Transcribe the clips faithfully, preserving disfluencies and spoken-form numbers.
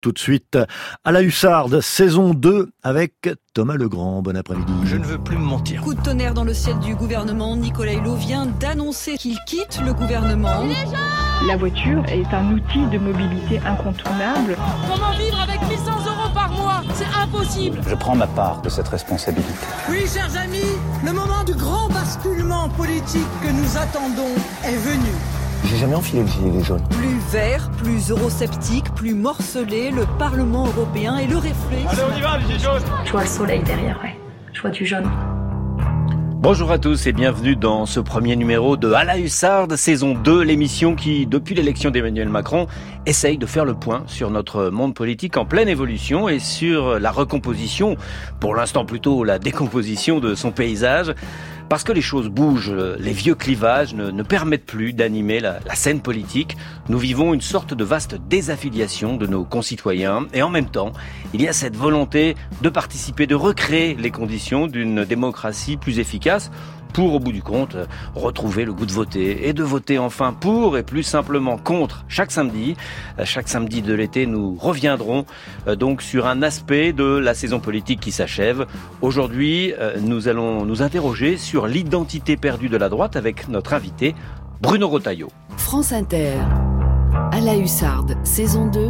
Tout de suite, à la Hussarde, saison deux, avec Thomas Legrand. Bon après-midi. Je ne veux plus me mentir. Coup de tonnerre dans le ciel du gouvernement. Nicolas Hulot vient d'annoncer qu'il quitte le gouvernement. La voiture est un outil de mobilité incontournable. Comment vivre avec mille cent euros par mois? C'est impossible. Je prends ma part de cette responsabilité. Oui, chers amis, le moment du grand basculement politique que nous attendons est venu. J'ai jamais enfilé le gilet jaune. Plus vert, plus eurosceptique, plus morcelé, le Parlement européen et le réflexe. Allez, on y va, le gilet jaune. Je vois le soleil derrière, ouais. Je vois du jaune. Bonjour à tous et bienvenue dans ce premier numéro de À la Hussarde, saison deux, l'émission qui, depuis l'élection d'Emmanuel Macron, essaye de faire le point sur notre monde politique en pleine évolution et sur la recomposition, pour l'instant plutôt la décomposition de son paysage. Parce que les choses bougent, les vieux clivages ne, ne permettent plus d'animer la, la scène politique. Nous vivons une sorte de vaste désaffiliation de nos concitoyens. Et en même temps, il y a cette volonté de participer, de recréer les conditions d'une démocratie plus efficace pour, au bout du compte, retrouver le goût de voter et de voter enfin pour et plus simplement contre chaque samedi. Chaque samedi de l'été, nous reviendrons donc sur un aspect de la saison politique qui s'achève. Aujourd'hui, nous allons nous interroger sur l'identité perdue de la droite avec notre invité, Bruno Retailleau. France Inter, à la Hussarde, saison deux,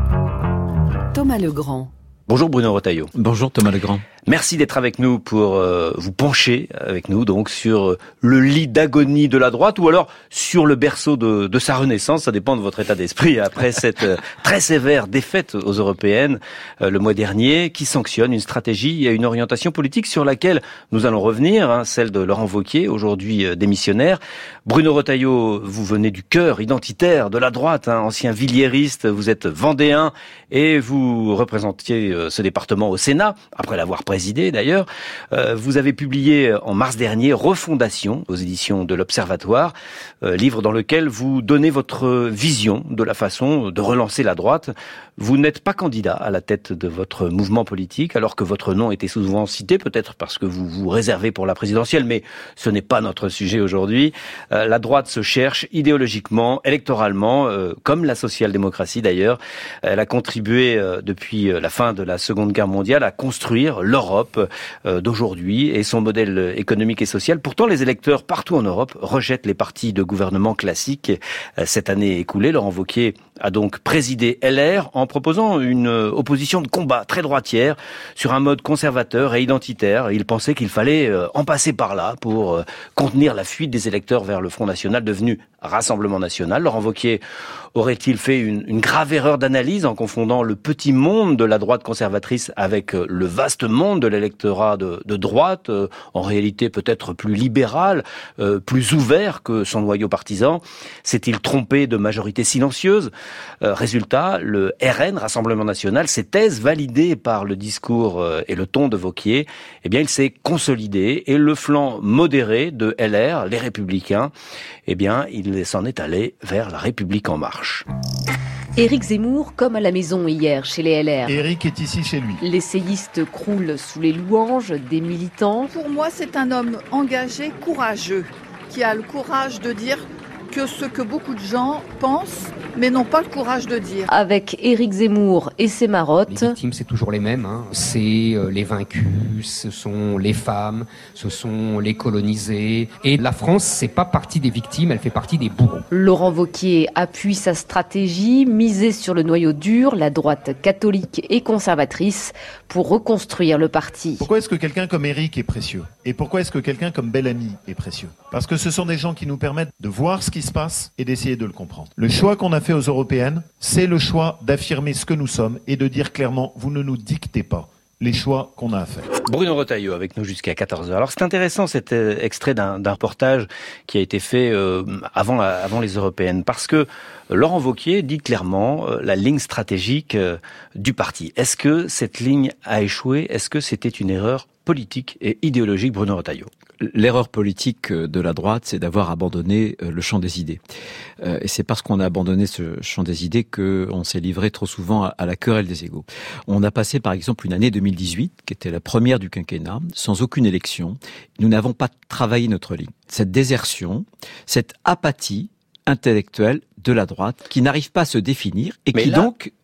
Thomas Legrand. Bonjour Bruno Retailleau. Bonjour Thomas Legrand. Merci d'être avec nous pour euh, vous pencher avec nous donc sur le lit d'agonie de la droite ou alors sur le berceau de, de sa renaissance. Ça dépend de votre état d'esprit après cette euh, très sévère défaite aux européennes euh, le mois dernier qui sanctionne une stratégie et une orientation politique sur laquelle nous allons revenir, hein, celle de Laurent Wauquiez, aujourd'hui euh, démissionnaire. Bruno Retailleau, vous venez du cœur identitaire de la droite, hein, ancien villiériste, vous êtes vendéen et vous représentiez euh, ce département au Sénat après l'avoir présidé d'ailleurs. Euh, vous avez publié en mars dernier Refondation aux éditions de l'Observatoire, euh, livre dans lequel vous donnez votre vision de la façon de relancer la droite. Vous n'êtes pas candidat à la tête de votre mouvement politique alors que votre nom était souvent cité, peut-être parce que vous vous réservez pour la présidentielle, mais ce n'est pas notre sujet aujourd'hui. Euh, la droite se cherche idéologiquement, électoralement, euh, comme la social-démocratie d'ailleurs. Elle a contribué euh, depuis la fin de la Seconde Guerre mondiale à construire l'Europe euh, d'aujourd'hui et son modèle économique et social. Pourtant, les électeurs partout en Europe rejettent les partis de gouvernement classiques. Euh, cette année écoulée, Laurent Wauquiez a donc présidé L R en proposant une opposition de combat très droitière sur un mode conservateur et identitaire. Il pensait qu'il fallait euh, en passer par là pour euh, contenir la fuite des électeurs vers le Front National devenu Rassemblement National. Laurent Wauquiez aurait-il fait une, une grave erreur d'analyse en confondant le petit monde de la droite conservatrice avec le vaste monde de l'électorat de, de droite, euh, en réalité peut-être plus libéral, euh, plus ouvert que son noyau partisan? S'est-il trompé de majorité silencieuse? euh, Résultat, le R N, Rassemblement National, ses thèses validées par le discours euh, et le ton de Wauquiez, eh bien il s'est consolidé et le flanc modéré de L R, les Républicains, eh bien il s'en est allé vers la République en marche. Éric Zemmour, comme à la maison hier chez les L R. Éric est ici chez lui. L'essayiste croule sous les louanges des militants. Pour moi, c'est un homme engagé, courageux, qui a le courage de dire que ce que beaucoup de gens pensent, mais n'ont pas le courage de dire. Avec Éric Zemmour et ses marottes. Les victimes, c'est toujours les mêmes. Hein. C'est euh, les vaincus, ce sont les femmes, ce sont les colonisés. Et la France, c'est pas partie des victimes, elle fait partie des bourreaux. Laurent Wauquiez appuie sa stratégie, misée sur le noyau dur, la droite catholique et conservatrice, pour reconstruire le parti. Pourquoi est-ce que quelqu'un comme Éric est précieux? Et pourquoi est-ce que quelqu'un comme Bellamy est précieux? Parce que ce sont des gens qui nous permettent de voir ce qui se passe et d'essayer de le comprendre. Le choix qu'on a fait aux européennes, c'est le choix d'affirmer ce que nous sommes et de dire clairement, vous ne nous dictez pas les choix qu'on a à faire. Bruno Retailleau avec nous jusqu'à quatorze heures. Alors c'est intéressant cet euh, extrait d'un, d'un reportage qui a été fait euh, avant, avant les européennes, parce que Laurent Wauquiez dit clairement euh, la ligne stratégique euh, du parti. Est-ce que cette ligne a échoué? Est-ce que c'était une erreur politique et idéologique, Bruno Retailleau? L'erreur politique de la droite, c'est d'avoir abandonné le champ des idées. Et c'est parce qu'on a abandonné ce champ des idées qu'on s'est livré trop souvent à la querelle des égos. On a passé par exemple une année deux mille dix-huit, qui était la première du quinquennat, sans aucune élection. Nous n'avons pas travaillé notre ligne. Cette désertion, cette apathie intellectuelle de la droite qui n'arrive pas à se définir et Mais qui là, donc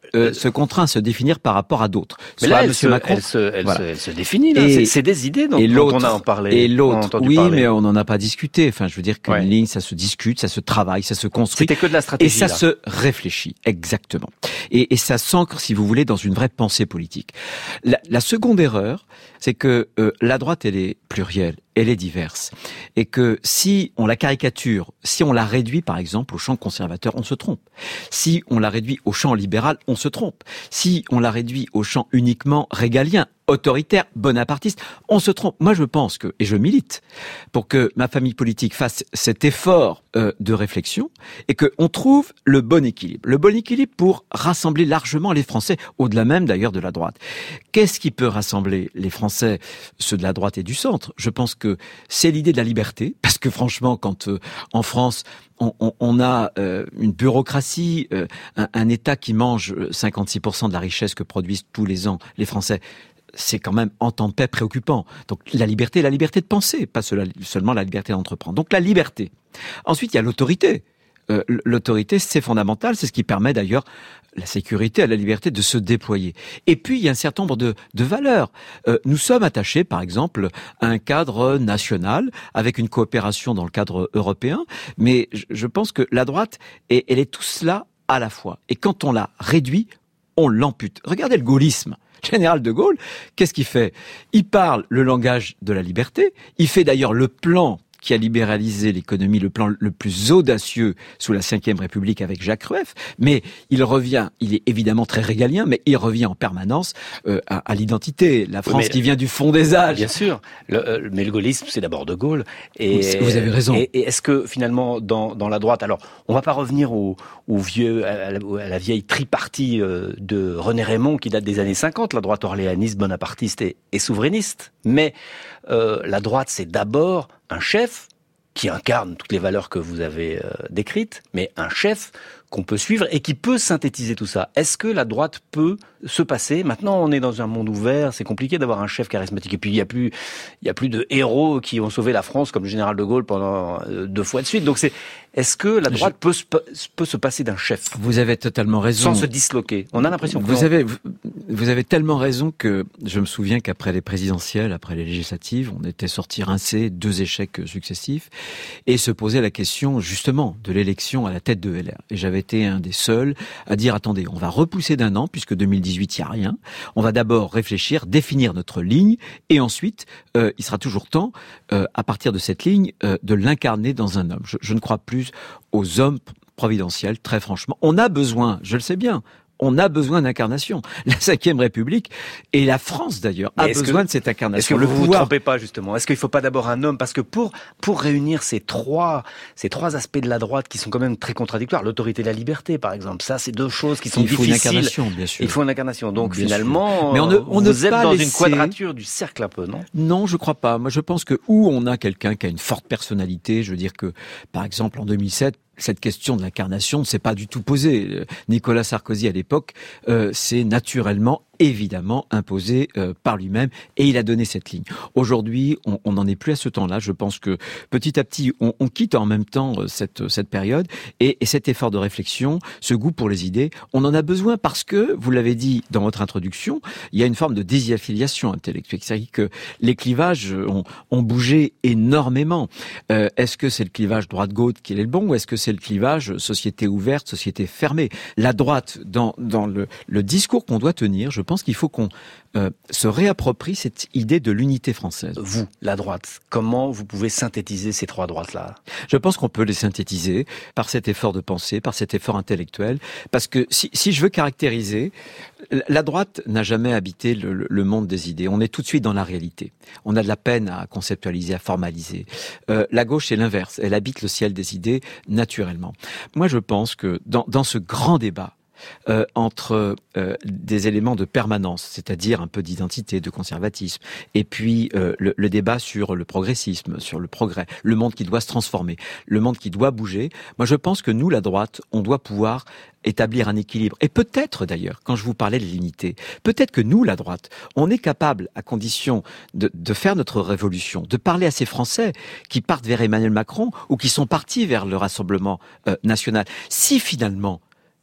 euh, se contraint à se définir par rapport à d'autres. Mais Soit là, elle Monsieur se, Macron, elle se, elle voilà. se, elle se définit. Là. Et, c'est, c'est des idées dont, et dont on a en parlé. Et l'autre, oui, parler. mais on n'en a pas discuté. Enfin, je veux dire qu'une ouais. ligne, ça se discute, ça se travaille, ça se construit. C'était que de la stratégie. Et ça là. se réfléchit, exactement. Et, et ça s'ancre, si vous voulez, dans une vraie pensée politique. La, la seconde erreur, c'est que euh, la droite, elle est plurielle, elle est diverse. Et que si on la caricature, si on la réduit, par exemple, au champ conservateur, on se trompe. Si on la réduit au champ libéral, on se trompe. Si on la réduit au champ uniquement régalien, autoritaire, bonapartiste, on se trompe. Moi, je pense que, et je milite, pour que ma famille politique fasse cet effort euh, de réflexion et qu'on trouve le bon équilibre. Le bon équilibre pour rassembler largement les Français, au-delà même d'ailleurs de la droite. Qu'est-ce qui peut rassembler les Français, ceux de la droite et du centre ? Je pense que c'est l'idée de la liberté, parce que franchement, quand euh, en France, on, on, on a euh, une bureaucratie, euh, un, un État qui mange cinquante-six pour cent de la richesse que produisent tous les ans les Français, c'est quand même en temps de paix préoccupant. Donc la liberté, la liberté de penser, pas seulement la liberté d'entreprendre. Donc la liberté. Ensuite, il y a l'autorité. Euh, l'autorité, c'est fondamental, c'est ce qui permet d'ailleurs la sécurité et la liberté de se déployer. Et puis, il y a un certain nombre de, de valeurs. Euh, nous sommes attachés, par exemple, à un cadre national, avec une coopération dans le cadre européen, mais je, je pense que la droite, elle est tout cela à la fois. Et quand on la réduit, on l'ampute. Regardez le gaullisme. Général de Gaulle, qu'est-ce qu'il fait ? Il parle le langage de la liberté, il fait d'ailleurs le plan qui a libéralisé l'économie, le plan le plus audacieux sous la cinquième République avec Jacques Rueff, mais il revient, il est évidemment très régalien, mais il revient en permanence euh, à, à l'identité, la France oui, qui vient du fond des âges. Bien sûr, le, euh, mais le gaullisme, c'est d'abord de Gaulle. Et, oui, vous avez raison. Et, et est-ce que finalement, dans, dans la droite, alors on va pas revenir au, au vieux, à la, à la vieille tripartie euh, de René Raymond qui date des années cinquante, la droite orléaniste, bonapartiste et, et souverainiste, mais euh, la droite, c'est d'abord un chef qui incarne toutes les valeurs que vous avez euh, décrites, mais un chef qu'on peut suivre et qui peut synthétiser tout ça. Est-ce que la droite peut se passer ? Maintenant, on est dans un monde ouvert, c'est compliqué d'avoir un chef charismatique. Et puis, il n'y a plus, il y a plus de héros qui ont sauvé la France comme le général de Gaulle pendant deux fois de suite. Donc, c'est, est-ce que la droite Je... peut, se, peut se passer d'un chef ? Vous avez totalement raison. Sans se disloquer. On a l'impression que vous avez, vous, vous avez tellement raison que je me souviens qu'après les présidentielles, après les législatives, on était sortis rincés, deux échecs successifs, et se posait la question, justement, de l'élection à la tête de L R. Et j'avais été un des seuls à dire, attendez, on va repousser d'un an, puisque deux mille dix-huit, il n'y a rien. On va d'abord réfléchir, définir notre ligne, et ensuite, euh, il sera toujours temps, euh, à partir de cette ligne, euh, de l'incarner dans un homme. Je, je ne crois plus aux hommes providentiels, très franchement. On a besoin, je le sais bien, on a besoin d'incarnation. La cinquième République, et la France d'ailleurs, a besoin que, de cette incarnation. Est-ce que le vous ne pouvoir... vous trompez pas justement ? Est-ce qu'il ne faut pas d'abord un homme ? Parce que pour, pour réunir ces trois, ces trois aspects de la droite qui sont quand même très contradictoires, l'autorité et la liberté par exemple, ça c'est deux choses qui sont il difficiles. Il faut une incarnation, bien sûr. Il faut une incarnation. Donc bien finalement, Mais on ne, on vous ne êtes pas dans laisser... une quadrature du cercle un peu, non ? Non, je crois pas. Moi je pense que où on a quelqu'un qui a une forte personnalité, je veux dire que par exemple en deux mille sept, cette question de l'incarnation ne s'est pas du tout posée. Nicolas Sarkozy, à l'époque, euh, s'est naturellement, évidemment, imposé euh, par lui-même et il a donné cette ligne. Aujourd'hui, on n'en est plus à ce temps-là. Je pense que petit à petit, on, on quitte en même temps euh, cette, cette période et, et cet effort de réflexion, ce goût pour les idées, on en a besoin parce que, vous l'avez dit dans votre introduction, il y a une forme de désaffiliation intellectuelle. C'est-à-dire que les clivages ont, ont bougé énormément. Euh, est-ce que c'est le clivage droite-gauche qui est le bon ou est-ce que c'est le clivage société ouverte, société fermée. La droite, dans, dans le, le discours qu'on doit tenir, je pense qu'il faut qu'on euh, se réapproprie cette idée de l'unité française. Vous, la droite, comment vous pouvez synthétiser ces trois droites-là ? Je pense qu'on peut les synthétiser par cet effort de pensée, par cet effort intellectuel, parce que si, si je veux caractériser, la droite n'a jamais habité le, le monde des idées. On est tout de suite dans la réalité. On a de la peine à conceptualiser, à formaliser. Euh, la gauche, c'est l'inverse. Elle habite le ciel des idées naturellement. Moi, je pense que dans, dans ce grand débat, Euh, entre euh, des éléments de permanence, c'est-à-dire un peu d'identité, de conservatisme, et puis euh, le, le débat sur le progressisme, sur le progrès, le monde qui doit se transformer, le monde qui doit bouger. Moi, je pense que nous, la droite, on doit pouvoir établir un équilibre. Et peut-être, d'ailleurs, quand je vous parlais de l'unité, peut-être que nous, la droite, on est capable, à condition de, de faire notre révolution, de parler à ces Français qui partent vers Emmanuel Macron ou qui sont partis vers le Rassemblement euh, national. Si finalement,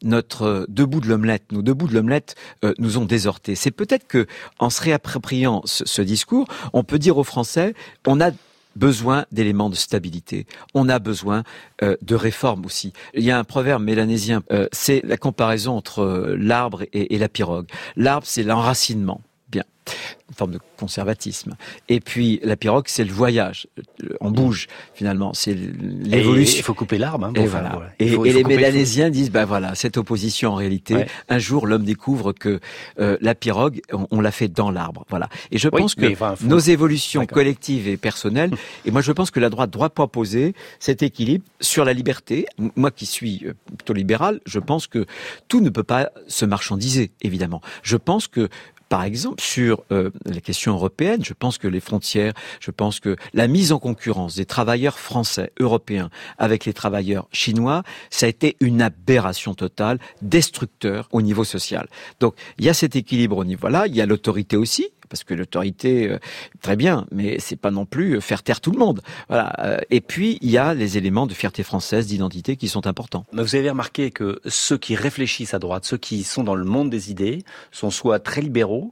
notre deux bouts de l'omelette, nos deux bouts de l'omelette euh, nous ont désortés. C'est peut-être que, en se réappropriant ce, ce discours, on peut dire aux Français, on a besoin d'éléments de stabilité. On a besoin euh, de réformes aussi. Il y a un proverbe mélanésien, euh, c'est la comparaison entre euh, l'arbre et, et la pirogue. L'arbre, c'est l'enracinement. Bien. Une forme de conservatisme. Et puis, la pirogue, c'est le voyage. On bouge, finalement. C'est l'évolution. Il faut couper l'arbre. Hein, et voilà. Faire, ouais. Et, faut, et les Mélanésiens disent, ben voilà, cette opposition, en réalité, ouais. un jour, l'homme découvre que euh, la pirogue, on, on l'a fait dans l'arbre. Voilà. Et je pense oui, que enfin, faut... nos évolutions collectives et personnelles, et moi, je pense que la droite doit proposer cet équilibre sur la liberté. Moi, qui suis plutôt libéral, je pense que tout ne peut pas se marchandiser, évidemment. Je pense que par exemple, sur euh, les questions européennes, je pense que les frontières, je pense que la mise en concurrence des travailleurs français, européens, avec les travailleurs chinois, ça a été une aberration totale, destructeur au niveau social. Donc, il y a cet équilibre au niveau-là, il y a l'autorité aussi, parce que l'autorité, euh, très bien, mais c'est pas non plus faire taire tout le monde. Voilà. Et puis, il y a les éléments de fierté française, d'identité qui sont importants. Mais vous avez remarqué que ceux qui réfléchissent à droite, ceux qui sont dans le monde des idées, sont soit très libéraux,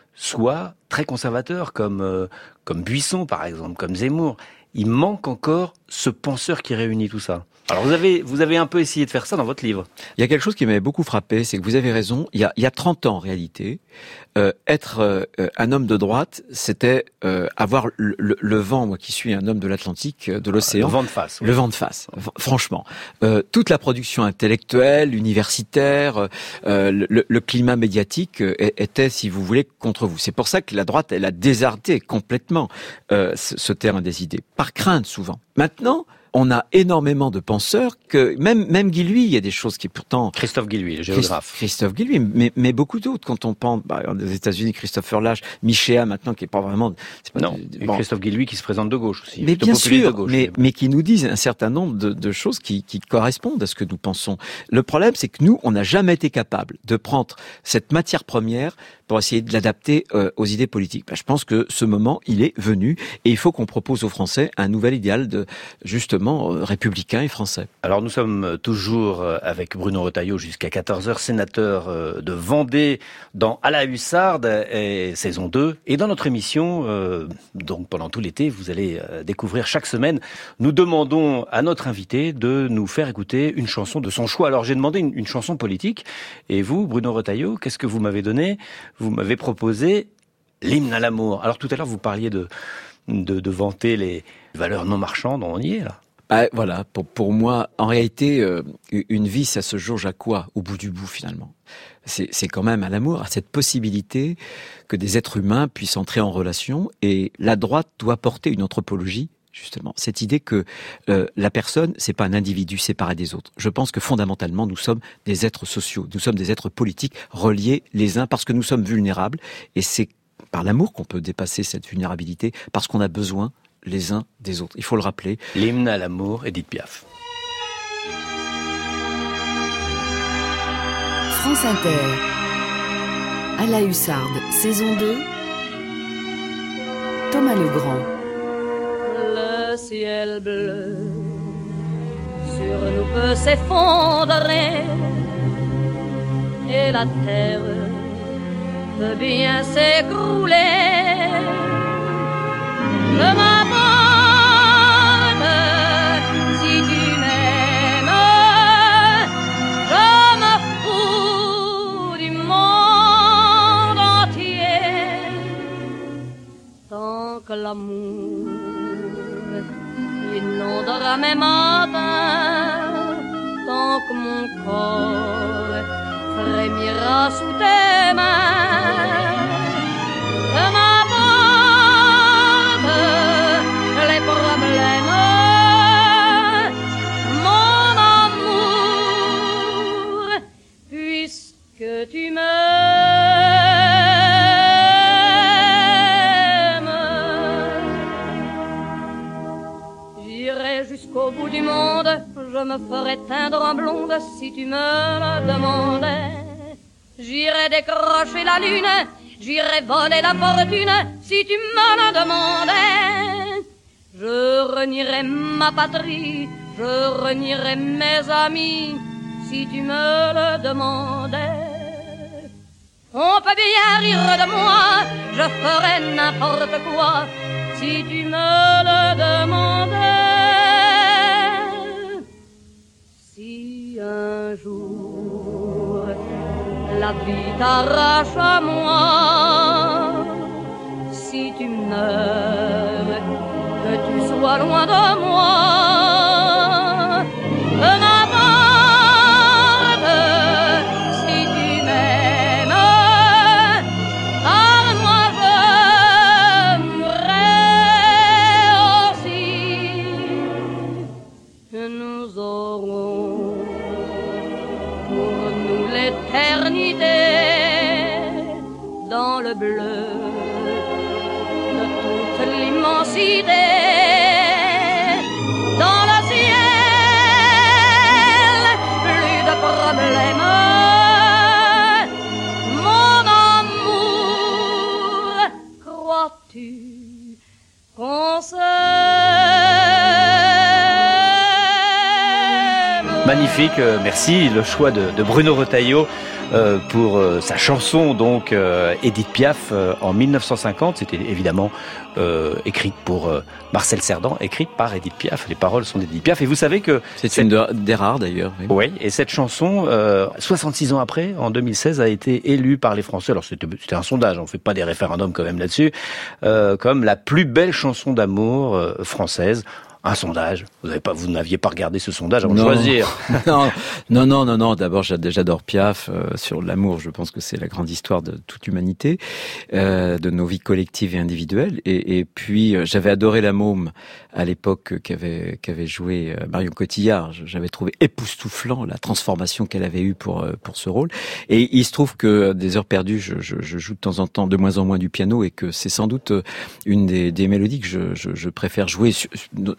soit très conservateurs, comme, euh, comme Buisson, par exemple, comme Zemmour. Il manque encore ce penseur qui réunit tout ça. Alors vous avez vous avez un peu essayé de faire ça dans votre livre. Il y a quelque chose qui m'avait beaucoup frappé, c'est que vous avez raison. Il y a il y a trente ans en réalité, euh, être euh, un homme de droite, c'était euh, avoir le, le, le vent. Moi qui suis un homme de l'Atlantique, de l'océan, le vent de face. Oui. Le vent de face. Franchement, euh, toute la production intellectuelle, universitaire, euh, le, le climat médiatique était, si vous voulez, contre vous. C'est pour ça que la droite, elle a désarté complètement euh, ce, ce terrain des idées, par crainte souvent. Maintenant, on a énormément de penseurs que même même Guilhuy, il y a des choses qui pourtant Christophe Guilhuy, le géographe. Christophe Guilhuy, mais mais beaucoup d'autres. Quand on pense bah, aux États-Unis, Christopher Lasch, Michéa maintenant qui est pas vraiment. C'est pas non. Du, bon. Christophe Guilhuy qui se présente de gauche aussi. Mais bien sûr, gauche, mais mais qui nous disent un certain nombre de, de choses qui qui correspondent à ce que nous pensons. Le problème, c'est que nous, on n'a jamais été capable de prendre cette matière première pour essayer de l'adapter euh, aux idées politiques. Ben, je pense que ce moment, il est venu et il faut qu'on propose aux Français un nouvel idéal de justement euh, républicain et français. Alors nous sommes toujours avec Bruno Retailleau jusqu'à quatorze heures, sénateur euh, de Vendée dans À la Hussarde, et, saison deux. Et dans notre émission, euh, donc pendant tout l'été, vous allez euh, découvrir chaque semaine, nous demandons à notre invité de nous faire écouter une chanson de son choix. Alors j'ai demandé une, une chanson politique et vous, Bruno Retailleau, qu'est-ce que vous m'avez donné ? Vous m'avez proposé l'hymne à l'amour. Alors tout à l'heure, vous parliez de, de, de vanter les valeurs non marchandes, on y est là. Ah, voilà, pour, pour moi, en réalité, euh, une vie, ça se jauge à quoi, au bout du bout, finalement ? C'est, c'est quand même à l'amour, à cette possibilité que des êtres humains puissent entrer en relation, et la droite doit porter une anthropologie, justement. Cette idée que euh, la personne, c'est pas un individu séparé des autres. Je pense que fondamentalement, nous sommes des êtres sociaux, nous sommes des êtres politiques reliés les uns parce que nous sommes vulnérables, et c'est par l'amour qu'on peut dépasser cette vulnérabilité, parce qu'on a besoin les uns des autres. Il faut le rappeler. L'hymne à l'amour, Édith Piaf. France Inter. À la Hussarde, saison deux. Thomas Legrand. Le ciel bleu sur nous peut s'effondrer et la terre peut bien s'écrouler. Je m'aborde si tu m'aimes, je me fous du monde entier. Tant que l'amour inondera mes matins, tant que mon corps frémira sous tes mains, je m'aborde les problèmes, mon amour, puisque tu m'aimes. J'irai jusqu'au bout du monde, je me ferai teindre en blonde si tu me le demandais. J'irai décrocher la lune, j'irai voler la fortune si tu me le demandais. Je renierai ma patrie, je renierai mes amis si tu me le demandais. On peut bien rire de moi, je ferais n'importe quoi, si tu me le demandais. Si un jour la vie t'arrache à moi, si tu meurs, que tu sois loin de moi, peu m'importe. Si tu m'aimes, par moi je mourrai aussi. Nous aurons pour nous l'éternité dans le bleu de toute l'immensité, dans le ciel, plus de problèmes. Mon amour, crois-tu qu'on s'aime? Magnifique, euh, merci. Le choix de, de Bruno Retailleau euh, pour euh, sa chanson, donc euh, Édith Piaf, euh, en mille neuf cent cinquante. C'était évidemment euh, écrite pour euh, Marcel Cerdan, écrite par Édith Piaf. Les paroles sont d'Édith Piaf. Et vous savez que c'est cette... une des rares d'ailleurs. Oui. oui, et cette chanson, euh, soixante-six ans après, en deux mille seize, a été élue par les Français. Alors c'était, c'était un sondage, on ne fait pas des référendums quand même là-dessus, euh, comme la plus belle chanson d'amour euh, française. Un sondage. Vous n'avez pas, vous n'aviez pas regardé ce sondage avant non. de choisir. non, non, non, non, non. D'abord, j'adore Piaf euh, sur l'amour. Je pense que c'est la grande histoire de toute l'humanité, euh, de nos vies collectives et individuelles. Et, et puis, euh, j'avais adoré La Môme à l'époque qu'avait qu'avait joué euh, Marion Cotillard. J'avais trouvé époustouflant la transformation qu'elle avait eue pour euh, pour ce rôle. Et il se trouve que des heures perdues, je, je, je joue de temps en temps de moins en moins du piano et que c'est sans doute une des, des mélodies que je, je, je préfère jouer. Sur,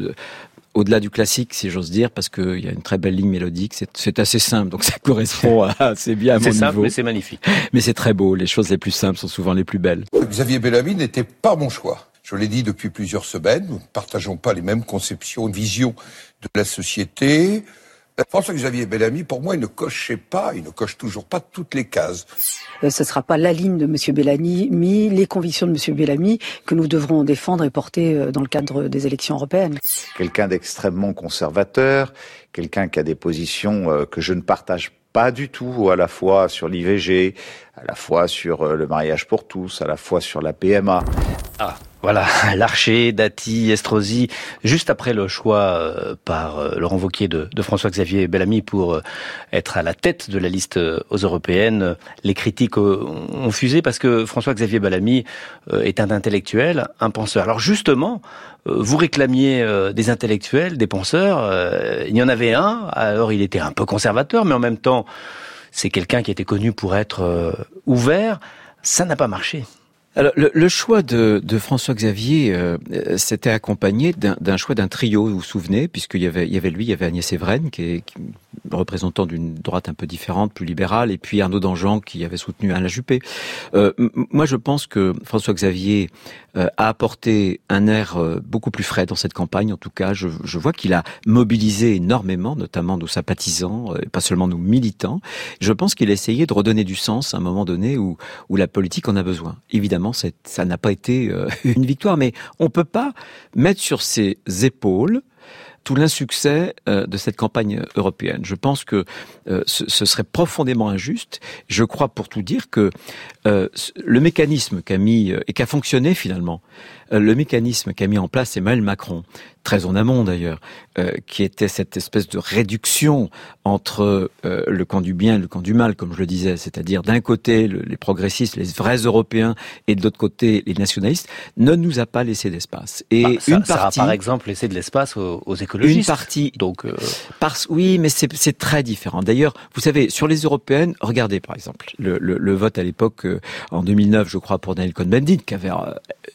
au-delà du classique, si j'ose dire, parce qu'il y a une très belle ligne mélodique, c'est, c'est assez simple, donc ça correspond à, assez bien à mon c'est simple, niveau. Mais c'est magnifique. Mais c'est très beau, les choses les plus simples sont souvent les plus belles. Xavier Bellamy n'était pas mon choix. Je l'ai dit depuis plusieurs semaines, nous ne partageons pas les mêmes conceptions, visions de la société. François-Xavier Bellamy, pour moi, il ne cochait pas, il ne coche toujours pas toutes les cases. Ce ne sera pas la ligne de M. Bellamy, les convictions de M. Bellamy que nous devrons défendre et porter dans le cadre des élections européennes. Quelqu'un d'extrêmement conservateur, quelqu'un qui a des positions que je ne partage pas du tout, à la fois sur l'I V G, à la fois sur le mariage pour tous, à la fois sur la P M A. Ah. Voilà, Larcher, Dati, Estrosi, juste après le choix euh, par euh, Laurent Wauquiez de, de François-Xavier Bellamy pour euh, être à la tête de la liste euh, aux européennes, euh, les critiques euh, ont fusé parce que François-Xavier Bellamy euh, est un intellectuel, un penseur. Alors justement, euh, vous réclamiez euh, des intellectuels, des penseurs, euh, il y en avait un, alors il était un peu conservateur, mais en même temps, c'est quelqu'un qui était connu pour être euh, ouvert, ça n'a pas marché. Alors, le, le choix de, de François-Xavier euh, s'était accompagné d'un, d'un choix d'un trio, vous vous souvenez, puisqu'il y avait, il y avait lui, il y avait Agnès Evren, qui est qui, représentant d'une droite un peu différente, plus libérale, et puis Arnaud Danjean, qui avait soutenu Alain Juppé. Euh, m- moi, je pense que François-Xavier euh, a apporté un air euh, beaucoup plus frais dans cette campagne. En tout cas, je, je vois qu'il a mobilisé énormément, notamment nos sympathisants, euh, pas seulement nos militants. Je pense qu'il a essayé de redonner du sens à un moment donné où, où la politique en a besoin. Évidemment, ça n'a pas été euh, une victoire, mais on peut pas mettre sur ses épaules tout l'insuccès euh, de cette campagne européenne. Je pense que euh, ce, ce serait profondément injuste. Je crois, pour tout dire, que euh, le mécanisme qu'a mis, euh, et qu'a fonctionné finalement, euh, le mécanisme qu'a mis en place Emmanuel Macron, très en amont d'ailleurs, euh, qui était cette espèce de réduction entre euh, le camp du bien et le camp du mal, comme je le disais, c'est-à-dire d'un côté le, les progressistes, les vrais Européens, et de l'autre côté les nationalistes, ne nous a pas laissé d'espace. Et bah, ça, une ça partie, a par exemple laissé de l'espace aux, aux écologistes. Une partie, donc euh... parce oui, mais c'est, c'est très différent. D'ailleurs, vous savez, sur les européennes, regardez par exemple le, le, le vote à l'époque euh, en deux mille neuf, je crois, pour Daniel Cohn-Bendit, qui avait euh,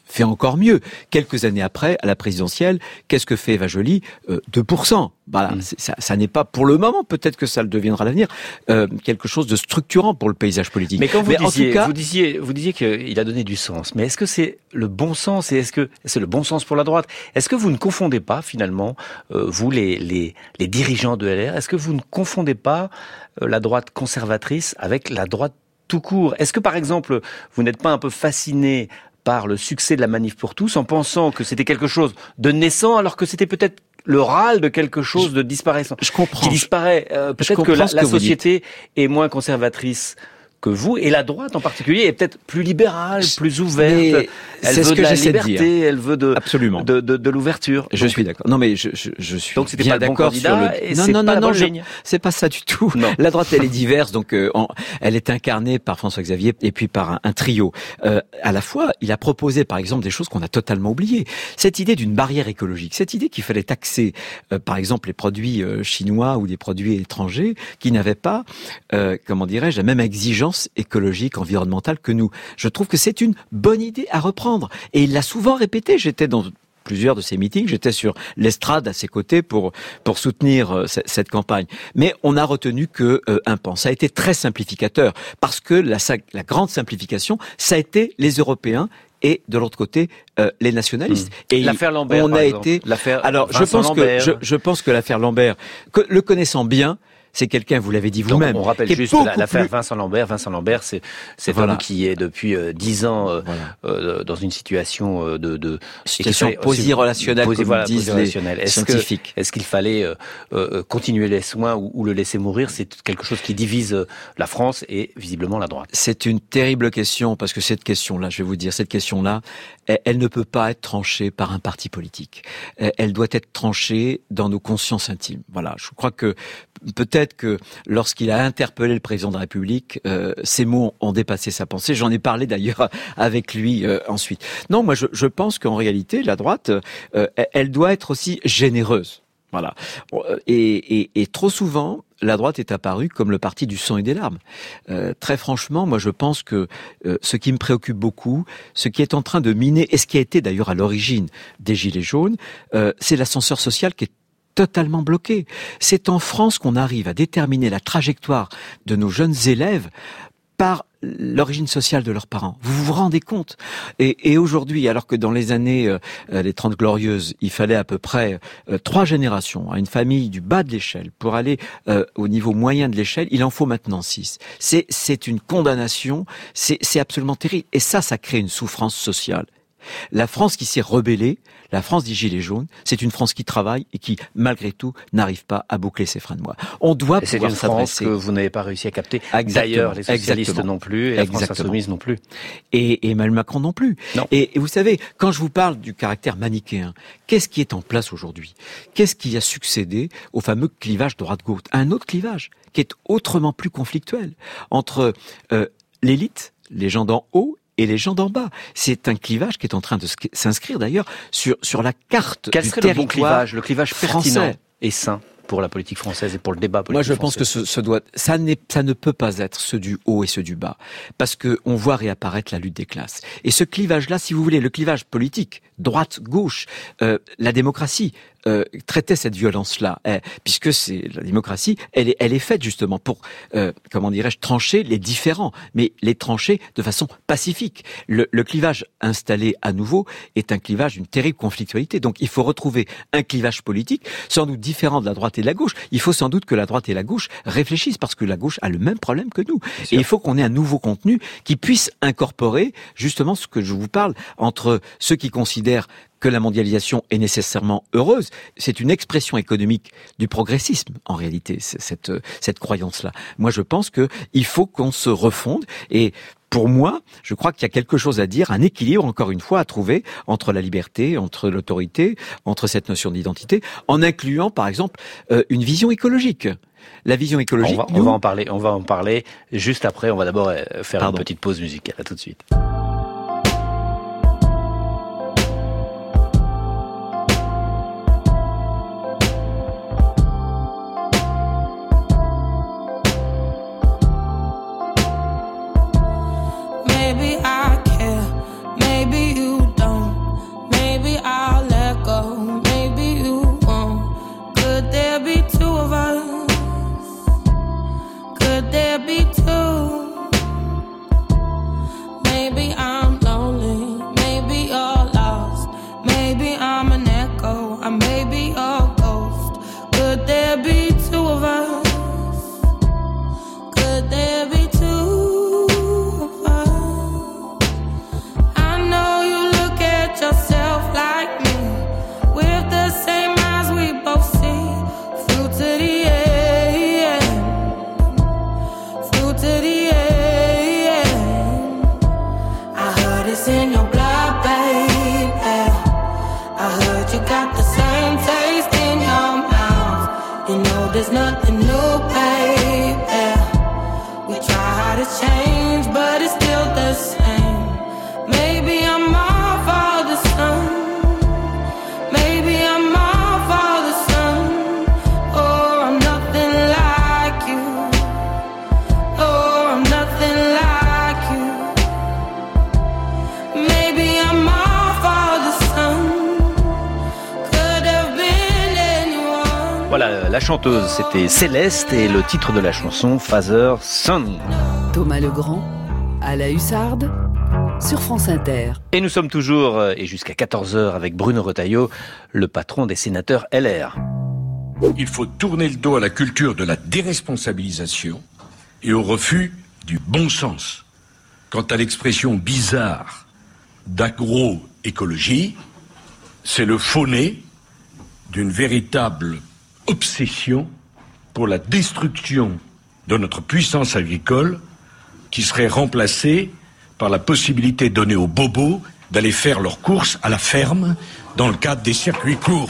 fait encore mieux. Quelques années après, à la présidentielle, qu'est-ce que fait Eva Joly ? euh, deux pour cent. Voilà, mmh. ça, ça n'est pas pour le moment, peut-être que ça le deviendra à l'avenir, euh, quelque chose de structurant pour le paysage politique. Mais quand vous mais disiez, en tout cas, vous disiez, vous disiez qu'il a donné du sens, mais est-ce que c'est le bon sens et est-ce que c'est le bon sens pour la droite ? Est-ce que vous ne confondez pas finalement, euh, vous les, les les dirigeants de L R, est-ce que vous ne confondez pas euh, la droite conservatrice avec la droite tout court ? Est-ce que par exemple, vous n'êtes pas un peu fasciné par le succès de la Manif pour tous en pensant que c'était quelque chose de naissant alors que c'était peut-être le râle de quelque chose de disparaissant. Je comprends. Qui disparaît. Euh, peut-être que la, la société est moins conservatrice que vous, et la droite en particulier est peut-être plus libérale, plus ouverte. Mais elle veut ce de que la liberté, de dire. Elle veut de absolument de, de, de l'ouverture. Je Donc, suis d'accord. Non mais je, je, je suis donc c'était bien pas le bon d'accord sur le. Et non c'est non pas non non, la je... ligne. c'est pas ça du tout. Non. La droite elle est diverse, donc euh, en... elle est incarnée par François Xavier et puis par un, un trio. Euh, à la fois, il a proposé par exemple des choses qu'on a totalement oubliées. Cette idée d'une barrière écologique, cette idée qu'il fallait taxer euh, par exemple les produits euh, chinois ou des produits étrangers qui n'avaient pas, euh, comment dirais-je, la même exigence écologique, environnementale que nous. Je trouve que c'est une bonne idée à reprendre. Et il l'a souvent répété. J'étais dans plusieurs de ces meetings, j'étais sur l'estrade à ses côtés pour pour soutenir euh, c- cette campagne. Mais on a retenu que euh, un pan. Ça a été très simplificateur parce que la, la grande simplification, ça a été les Européens et de l'autre côté euh, les nationalistes. Mmh. Et l'affaire Lambert, on par a exemple. été. L'affaire Alors Vincent je pense Lambert. que je, je pense que l'affaire Lambert, que, le connaissant bien. C'est quelqu'un, vous l'avez dit vous-même. Donc, on rappelle juste la, l'affaire plus... Vincent Lambert. Vincent Lambert, c'est cet voilà. homme qui est depuis euh, dix ans euh, voilà. euh, dans une situation euh, de, de situation posi-relationnelle, posi, comme voilà, disent les est-ce scientifiques. Que, est-ce qu'il fallait euh, euh, continuer les soins ou, ou le laisser mourir ? C'est quelque chose qui divise euh, la France et visiblement la droite. C'est une terrible question parce que cette question-là, je vais vous dire, cette question-là, elle, elle ne peut pas être tranchée par un parti politique. Elle, elle doit être tranchée dans nos consciences intimes. Voilà, je crois que peut-être que lorsqu'il a interpellé le président de la République, euh, ces mots ont dépassé sa pensée. J'en ai parlé d'ailleurs avec lui euh, ensuite. Non, moi je, je pense qu'en réalité, la droite, euh, elle doit être aussi généreuse. Voilà. Et, et, et trop souvent, la droite est apparue comme le parti du sang et des larmes. Euh, très franchement, moi je pense que euh, ce qui me préoccupe beaucoup, ce qui est en train de miner, et ce qui a été d'ailleurs à l'origine des Gilets jaunes, euh, c'est l'ascenseur social qui est totalement bloqué. C'est en France qu'on arrive à déterminer la trajectoire de nos jeunes élèves par l'origine sociale de leurs parents. Vous vous rendez compte ? Et, et aujourd'hui, alors que dans les années, euh, les Trente Glorieuses, il fallait à peu près euh, trois générations à une famille du bas de l'échelle pour aller euh, au niveau moyen de l'échelle, il en faut maintenant six. C'est, c'est une condamnation, c'est, c'est absolument terrible. Et ça, ça crée une souffrance sociale. La France qui s'est rebellée, la France des Gilets jaunes, c'est une France qui travaille et qui, malgré tout, n'arrive pas à boucler ses fins de mois. On doit c'est pouvoir une s'adresser. France que vous n'avez pas réussi à capter. Exactement. D'ailleurs, les socialistes Exactement. non plus, et la France insoumise non plus. Et, et Emmanuel Macron non plus. Non. Et, et vous savez, quand je vous parle du caractère manichéen, qu'est-ce qui est en place aujourd'hui ? Qu'est-ce qui a succédé au fameux clivage droite-gauche ? Un autre clivage qui est autrement plus conflictuel entre euh, l'élite, les gens d'en haut, et les gens d'en bas. C'est un clivage qui est en train de s'inscrire d'ailleurs sur sur la carte Quel du serait territoire le bon clivage, le clivage français. Pertinent et sain pour la politique française et pour le débat politique Moi, je français. pense que ce, ce doit, ça n'est, ça ne peut pas être ceux du haut et ceux du bas, parce que on voit réapparaître la lutte des classes. Et ce clivage-là, si vous voulez, le clivage politique, droite-gauche, euh, la démocratie euh, traitait cette violence-là, eh, puisque c'est la démocratie, elle est, elle est faite justement pour, euh, comment dirais-je, trancher les différends, mais les trancher de façon pacifique. Le, le clivage installé à nouveau est un clivage d'une terrible conflictualité. Donc, il faut retrouver un clivage politique, sans doute différent de la droite et de la gauche. Il faut sans doute que la droite et la gauche réfléchissent, parce que la gauche a le même problème que nous. Et il faut qu'on ait un nouveau contenu qui puisse incorporer justement ce que je vous parle entre ceux qui considèrent que la mondialisation est nécessairement heureuse. C'est une expression économique du progressisme, en réalité, cette, cette croyance-là. Moi, je pense que il faut qu'on se refonde, et pour moi, je crois qu'il y a quelque chose à dire, un équilibre, encore une fois, à trouver entre la liberté, entre l'autorité, entre cette notion d'identité, en incluant, par exemple, euh, une vision écologique. La vision écologique. On va, nous... on va en parler. On va en parler juste après. On va d'abord faire Pardon. une petite pause musicale. À tout de suite. Maybe I care, maybe you don't. Maybe I'm lonely, maybe you're lost, maybe I'm an echo, I may be a ghost. Could there be two of us? Could there be two of us? I know you look at yourself like me, with the same eyes we both see, through to the end, through to the end. I heard it's in your blood, baby, I heard you got the same taste in your mouth. You know there's nothing new, baby. We try hard to change, but it's still the same. Maybe I'm all for the sun, maybe I'm all for the sun. Oh, I'm nothing like you. Oh, I'm nothing like you. Maybe I'm all for the sun. Could have been anyone. Voilà, la chanteuse, c'était Céleste et le titre de la chanson, Father Son. Thomas Legrand, à la Hussarde, sur France Inter. Et nous sommes toujours, et jusqu'à quatorze heures, avec Bruno Retailleau, le patron des sénateurs L R. Il faut tourner le dos à la culture de la déresponsabilisation et au refus du bon sens. Quant à l'expression bizarre d'agroécologie, c'est le faux-nez d'une véritable obsession pour la destruction de notre puissance agricole qui serait remplacée par la possibilité donnée aux bobos d'aller faire leurs courses à la ferme dans le cadre des circuits courts.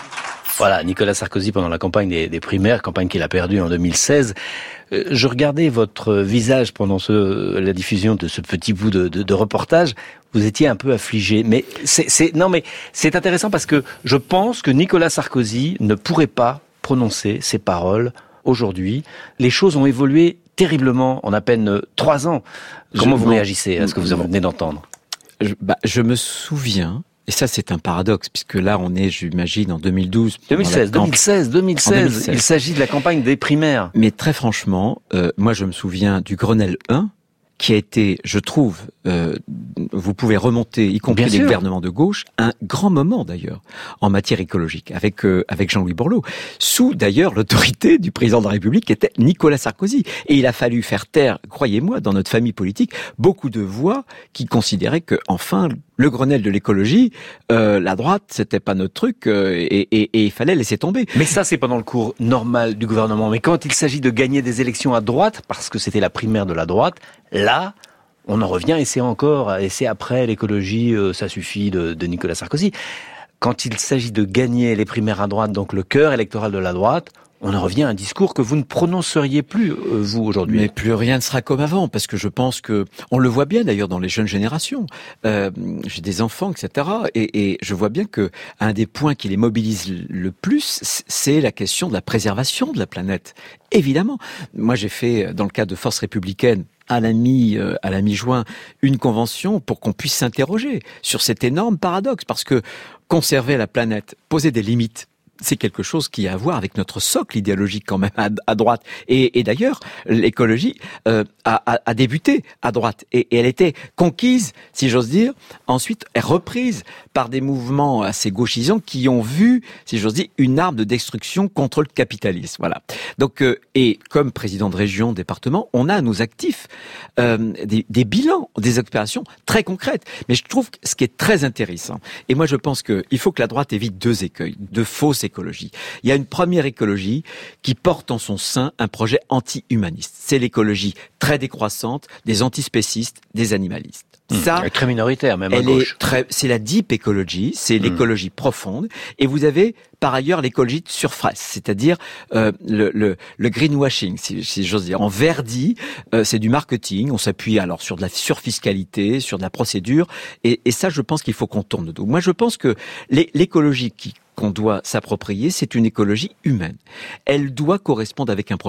Voilà, Nicolas Sarkozy pendant la campagne des, des primaires, campagne qu'il a perdue en deux mille seize. Euh, je regardais votre visage pendant ce, la diffusion de ce petit bout de, de, de reportage. Vous étiez un peu affligé, mais c'est, c'est non mais c'est intéressant parce que je pense que Nicolas Sarkozy ne pourrait pas prononcer ces paroles aujourd'hui. Les choses ont évolué terriblement en à peine trois ans. Comment je, vous non, réagissez à ce que vous venez d'entendre? je, bah, je me souviens. Et ça, c'est un paradoxe, puisque là, on est, j'imagine, en deux mille douze. deux mille seize, deux mille seize, deux mille seize. Il s'agit de la campagne des primaires. Mais très franchement, euh, moi, je me souviens du Grenelle un, qui a été, je trouve, euh, vous pouvez remonter, y compris Bien les sûr. gouvernements de gauche, un grand moment d'ailleurs en matière écologique, avec euh, avec Jean-Louis Borloo, sous d'ailleurs l'autorité du président de la République, qui était Nicolas Sarkozy. Et il a fallu faire taire, croyez-moi, dans notre famille politique, beaucoup de voix qui considéraient que, enfin, le Grenelle de l'écologie, euh, la droite, c'était pas notre truc, euh, et, et, et il fallait laisser tomber. Mais ça, c'est pendant le cours normal du gouvernement. Mais quand il s'agit de gagner des élections à droite, parce que c'était la primaire de la droite, là, on en revient, et c'est encore, et c'est après l'écologie, euh, ça suffit de, de Nicolas Sarkozy. Quand il s'agit de gagner les primaires à droite, donc le cœur électoral de la droite, on en revient à un discours que vous ne prononceriez plus, vous, aujourd'hui. Mais plus rien ne sera comme avant, parce que je pense que, on le voit bien d'ailleurs dans les jeunes générations. Euh, j'ai des enfants, et cetera. Et, et je vois bien que un des points qui les mobilise le plus, c'est la question de la préservation de la planète. Évidemment. Moi, j'ai fait, dans le cadre de Force républicaine, à la mi, euh, à la mi-juin, une convention pour qu'on puisse s'interroger sur cet énorme paradoxe, parce que conserver la planète, poser des limites, c'est quelque chose qui a à voir avec notre socle idéologique quand même à, à droite. Et, et d'ailleurs, l'écologie euh, a, a, a débuté à droite et, et elle était conquise, si j'ose dire, ensuite reprise par des mouvements assez gauchisants qui ont vu, si j'ose dire, une arme de destruction contre le capitalisme. Voilà. Donc, euh, et comme président de région, département, on a à nos actifs euh, des, des bilans, des opérations très concrètes. Mais je trouve que ce qui est très intéressant, et moi je pense qu'il faut que la droite évite deux écueils, de fausses écologie. Il y a une première écologie qui porte en son sein un projet anti-humaniste. C'est l'écologie très décroissante des antispécistes, des animalistes. Mmh, ça, très minoritaire même à elle gauche. Est très, c'est la deep écologie, c'est mmh. l'écologie profonde. Et vous avez par ailleurs l'écologie de surface, c'est-à-dire euh, le, le, le greenwashing, si, si j'ose dire. En verdi, euh, c'est du marketing. On s'appuie alors sur de la surfiscalité, sur de la procédure. Et, et ça, je pense qu'il faut qu'on tourne le dos. Moi, je pense que l'écologie qui qu'on doit s'approprier, c'est une écologie humaine. Elle doit correspondre avec un projet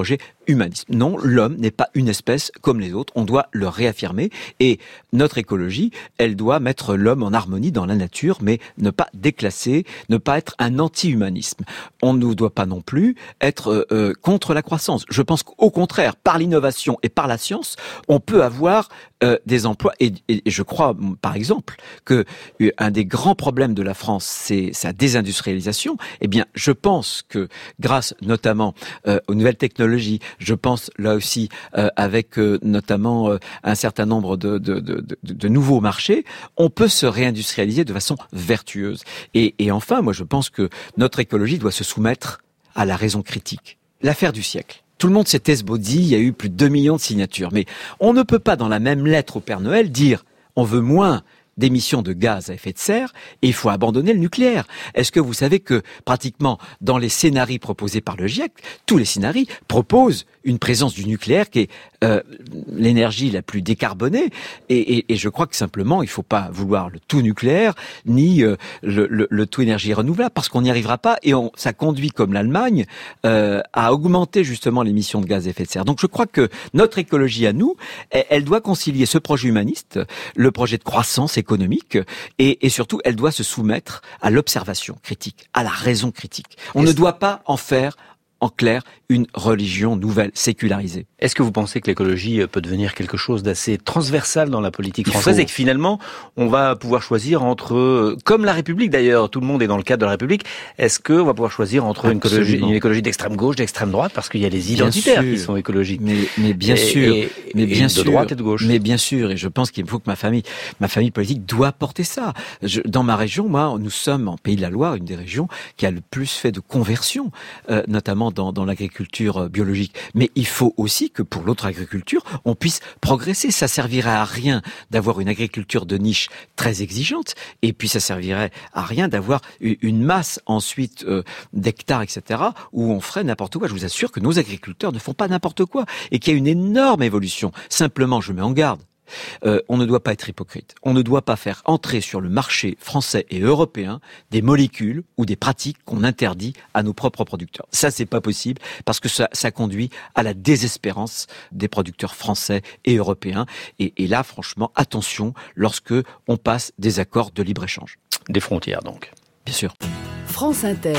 humanisme. Non, l'homme n'est pas une espèce comme les autres. On doit le réaffirmer. Et notre écologie, elle doit mettre l'homme en harmonie dans la nature, mais ne pas déclasser, ne pas être un anti-humanisme. On ne doit pas non plus être euh, contre la croissance. Je pense qu'au contraire, par l'innovation et par la science, on peut avoir euh, des emplois. Et, et, et je crois, par exemple, que euh, un des grands problèmes de la France, c'est sa désindustrialisation. Eh bien, je pense que grâce notamment euh, aux nouvelles technologies, je pense là aussi euh, avec euh, notamment euh, un certain nombre de, de, de, de, de nouveaux marchés, on peut se réindustrialiser de façon vertueuse. Et, et enfin, moi je pense que notre écologie doit se soumettre à la raison critique. L'affaire du siècle. Tout le monde s'est esbaudi, il y a eu plus de deux millions de signatures. Mais on ne peut pas dans la même lettre au Père Noël dire on veut moins d'émissions de gaz à effet de serre et il faut abandonner le nucléaire. Est-ce que vous savez que pratiquement dans les scénarios proposés par le GIEC, tous les scénarios proposent une présence du nucléaire qui est euh, l'énergie la plus décarbonée et, et, et je crois que simplement il ne faut pas vouloir le tout nucléaire ni euh, le, le, le tout énergie renouvelable parce qu'on n'y arrivera pas et on, ça conduit comme l'Allemagne euh, à augmenter justement l'émission de gaz à effet de serre. Donc je crois que notre écologie à nous, elle, elle doit concilier ce projet humaniste, le projet de croissance économique et, et surtout elle doit se soumettre à l'observation critique, à la raison critique. On Est-ce... ne doit pas en faire en clair, une religion nouvelle, sécularisée. Est-ce que vous pensez que l'écologie peut devenir quelque chose d'assez transversal dans la politique française faut... et que finalement, on va pouvoir choisir entre, comme la République d'ailleurs, tout le monde est dans le cadre de la République, est-ce qu'on va pouvoir choisir entre une écologie, une écologie d'extrême gauche, d'extrême droite, parce qu'il y a les identitaires qui sont écologiques. Mais, mais bien et, sûr, et, mais bien et sûr, de droite et de gauche. Mais bien sûr, et je pense qu'il faut que ma famille, ma famille politique doit porter ça. Je, dans ma région, moi, nous sommes en Pays de la Loire, une des régions qui a le plus fait de conversion, euh, notamment dans, dans l'agriculture biologique. Mais il faut aussi que pour l'autre agriculture, on puisse progresser. Ça servirait à rien d'avoir une agriculture de niche très exigeante, et puis ça servirait à rien d'avoir une masse ensuite euh, d'hectares, et cetera, où on ferait n'importe quoi. Je vous assure que nos agriculteurs ne font pas n'importe quoi, et qu'il y a une énorme évolution. Simplement, je mets en garde. Euh, on ne doit pas être hypocrite. On ne doit pas faire entrer sur le marché français et européen des molécules ou des pratiques qu'on interdit à nos propres producteurs. Ça, c'est pas possible parce que ça, ça conduit à la désespérance des producteurs français et européens. Et, et là, franchement, attention lorsque on passe des accords de libre-échange. Des frontières, donc. Bien sûr. France Inter.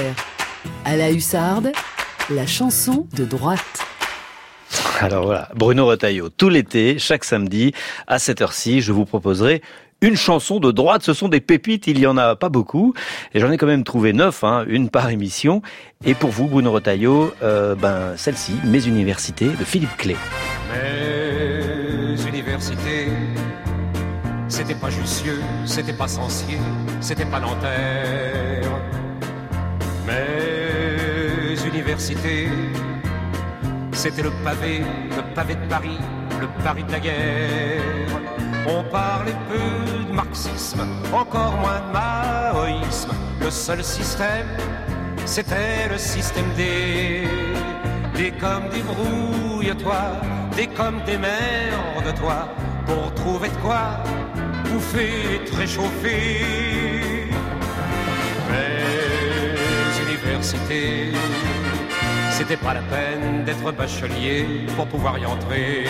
À la hussarde, la chanson de droite. Alors voilà, Bruno Retailleau, tout l'été, chaque samedi, à cette heure-ci, je vous proposerai une chanson de droite. Ce sont des pépites, il y en a pas beaucoup, et j'en ai quand même trouvé neuf, hein, une par émission. Et pour vous, Bruno Retailleau, euh, ben celle-ci, Mes universités, de Philippe Clay. Mes universités, c'était pas Jussieu, c'était pas Censier, c'était pas Nanterre. Mes universités, c'était le pavé, le pavé de Paris, le Paris de la guerre. On parlait peu de marxisme, encore moins de maoïsme. Le seul système, c'était le système des des comme débrouille-toi, des comme des merdes-toi, pour trouver de quoi bouffer, te réchauffer. Mes universités, c'était pas la peine d'être bachelier pour pouvoir y entrer.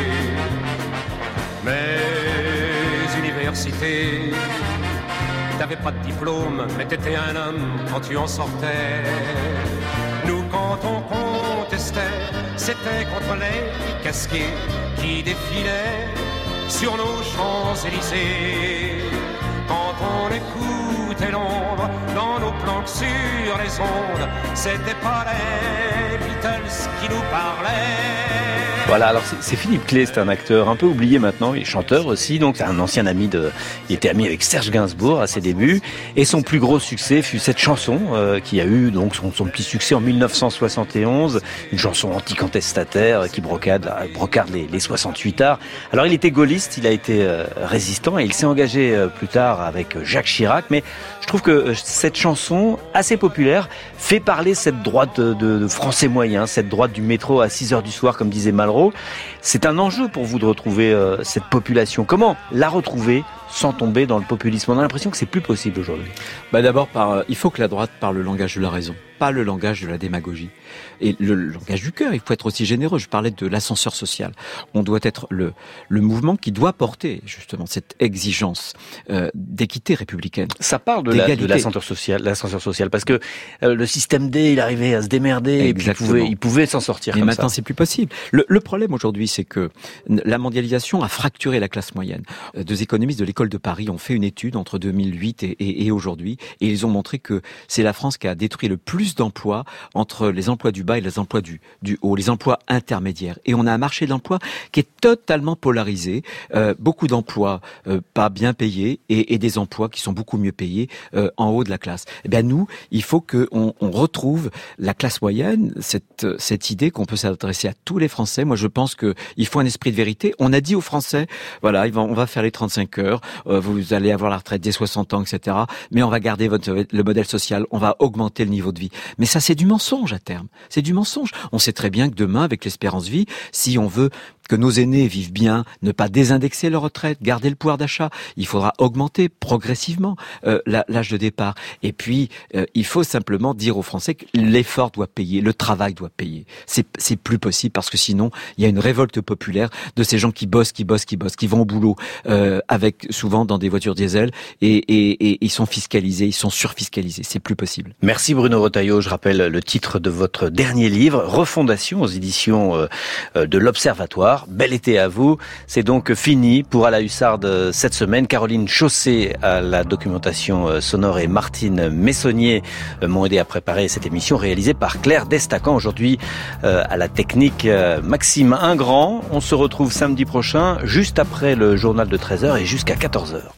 Mes universités, t'avais pas de diplôme, mais t'étais un homme quand tu en sortais. Nous, quand on contestait, c'était contre les casquets qui défilaient sur nos Champs-Élysées. Quand on écoutait l'ombre dans nos planques sur les ondes, c'était pas les Beatles qui nous parlaient. Voilà, alors c'est, c'est Philippe Clay, c'est un acteur un peu oublié maintenant, il est chanteur aussi, donc c'est un ancien ami de... Il était ami avec Serge Gainsbourg à ses débuts, et son plus gros succès fut cette chanson euh, qui a eu donc son, son petit succès en dix-neuf cent soixante et onze, une chanson anti-contestataire qui brocade, brocarde les, les soixante-huit arts. Alors il était gaulliste, il a été euh, résistant, et il s'est engagé euh, plus tard avec Jacques Chirac, mais je trouve que euh, cette chanson, assez populaire, fait parler cette droite de, de, de français moyens, cette droite du métro à six heures du soir, comme disait Malraux. C'est un enjeu pour vous de retrouver euh, cette population. Comment la retrouver sans tomber dans le populisme. On a l'impression que c'est plus possible aujourd'hui. Bah d'abord, par, il faut que la droite parle le langage de la raison, pas le langage de la démagogie. Et le langage du cœur, il faut être aussi généreux. Je parlais de l'ascenseur social. On doit être le, le mouvement qui doit porter justement cette exigence euh, d'équité républicaine. Ça parle de, la, de l'ascenseur social, l'ascenseur social, parce que euh, le système D, il arrivait à se démerder, Exactement. et puis il pouvait, il pouvait s'en sortir. Mais comme maintenant, ça. c'est plus possible. Le, le problème aujourd'hui, c'est que la mondialisation a fracturé la classe moyenne. Deux économistes de l'école de Paris ont fait une étude entre deux mille huit et, et, et aujourd'hui, et ils ont montré que c'est la France qui a détruit le plus d'emplois entre les emplois du bas et les emplois du, du haut, les emplois intermédiaires. Et on a un marché de l'emploi qui est totalement polarisé, euh, beaucoup d'emplois euh, pas bien payés et, et des emplois qui sont beaucoup mieux payés euh, en haut de la classe. Eh bien nous, il faut qu'on on retrouve la classe moyenne, cette, cette idée qu'on peut s'adresser à tous les Français. Moi, je pense qu'il faut un esprit de vérité. On a dit aux Français, voilà, on va faire les trente-cinq heures, euh, vous allez avoir la retraite dès soixante ans, et cetera. Mais on va garder votre, le modèle social, on va augmenter le niveau de vie. Mais ça, c'est du mensonge à terme. C'est du mensonge. On sait très bien que demain, avec l'espérance vie, si on veut que nos aînés vivent bien, ne pas désindexer leur retraite, garder le pouvoir d'achat, il faudra augmenter progressivement euh, l'âge de départ. Et puis, euh, il faut simplement dire aux Français que l'effort doit payer, le travail doit payer. C'est, c'est plus possible parce que sinon, il y a une révolte populaire de ces gens qui bossent, qui bossent, qui bossent, qui vont au boulot euh, avec souvent dans des voitures diesel et, et, et ils sont fiscalisés, ils sont surfiscalisés. C'est plus possible. Merci Bruno Retailleau. Je rappelle le titre de votre dernier livre, Refondation, aux éditions euh, de l'Observatoire. Bel été à vous. C'est donc fini pour À la Hussarde cette semaine. Caroline Chausset à la documentation sonore et Martine Messonnier m'ont aidé à préparer cette émission réalisée par Claire Destacan. Aujourd'hui euh, à la technique euh, Maxime Ingrand. On se retrouve samedi prochain juste après le journal de treize heures et jusqu'à quatorze heures.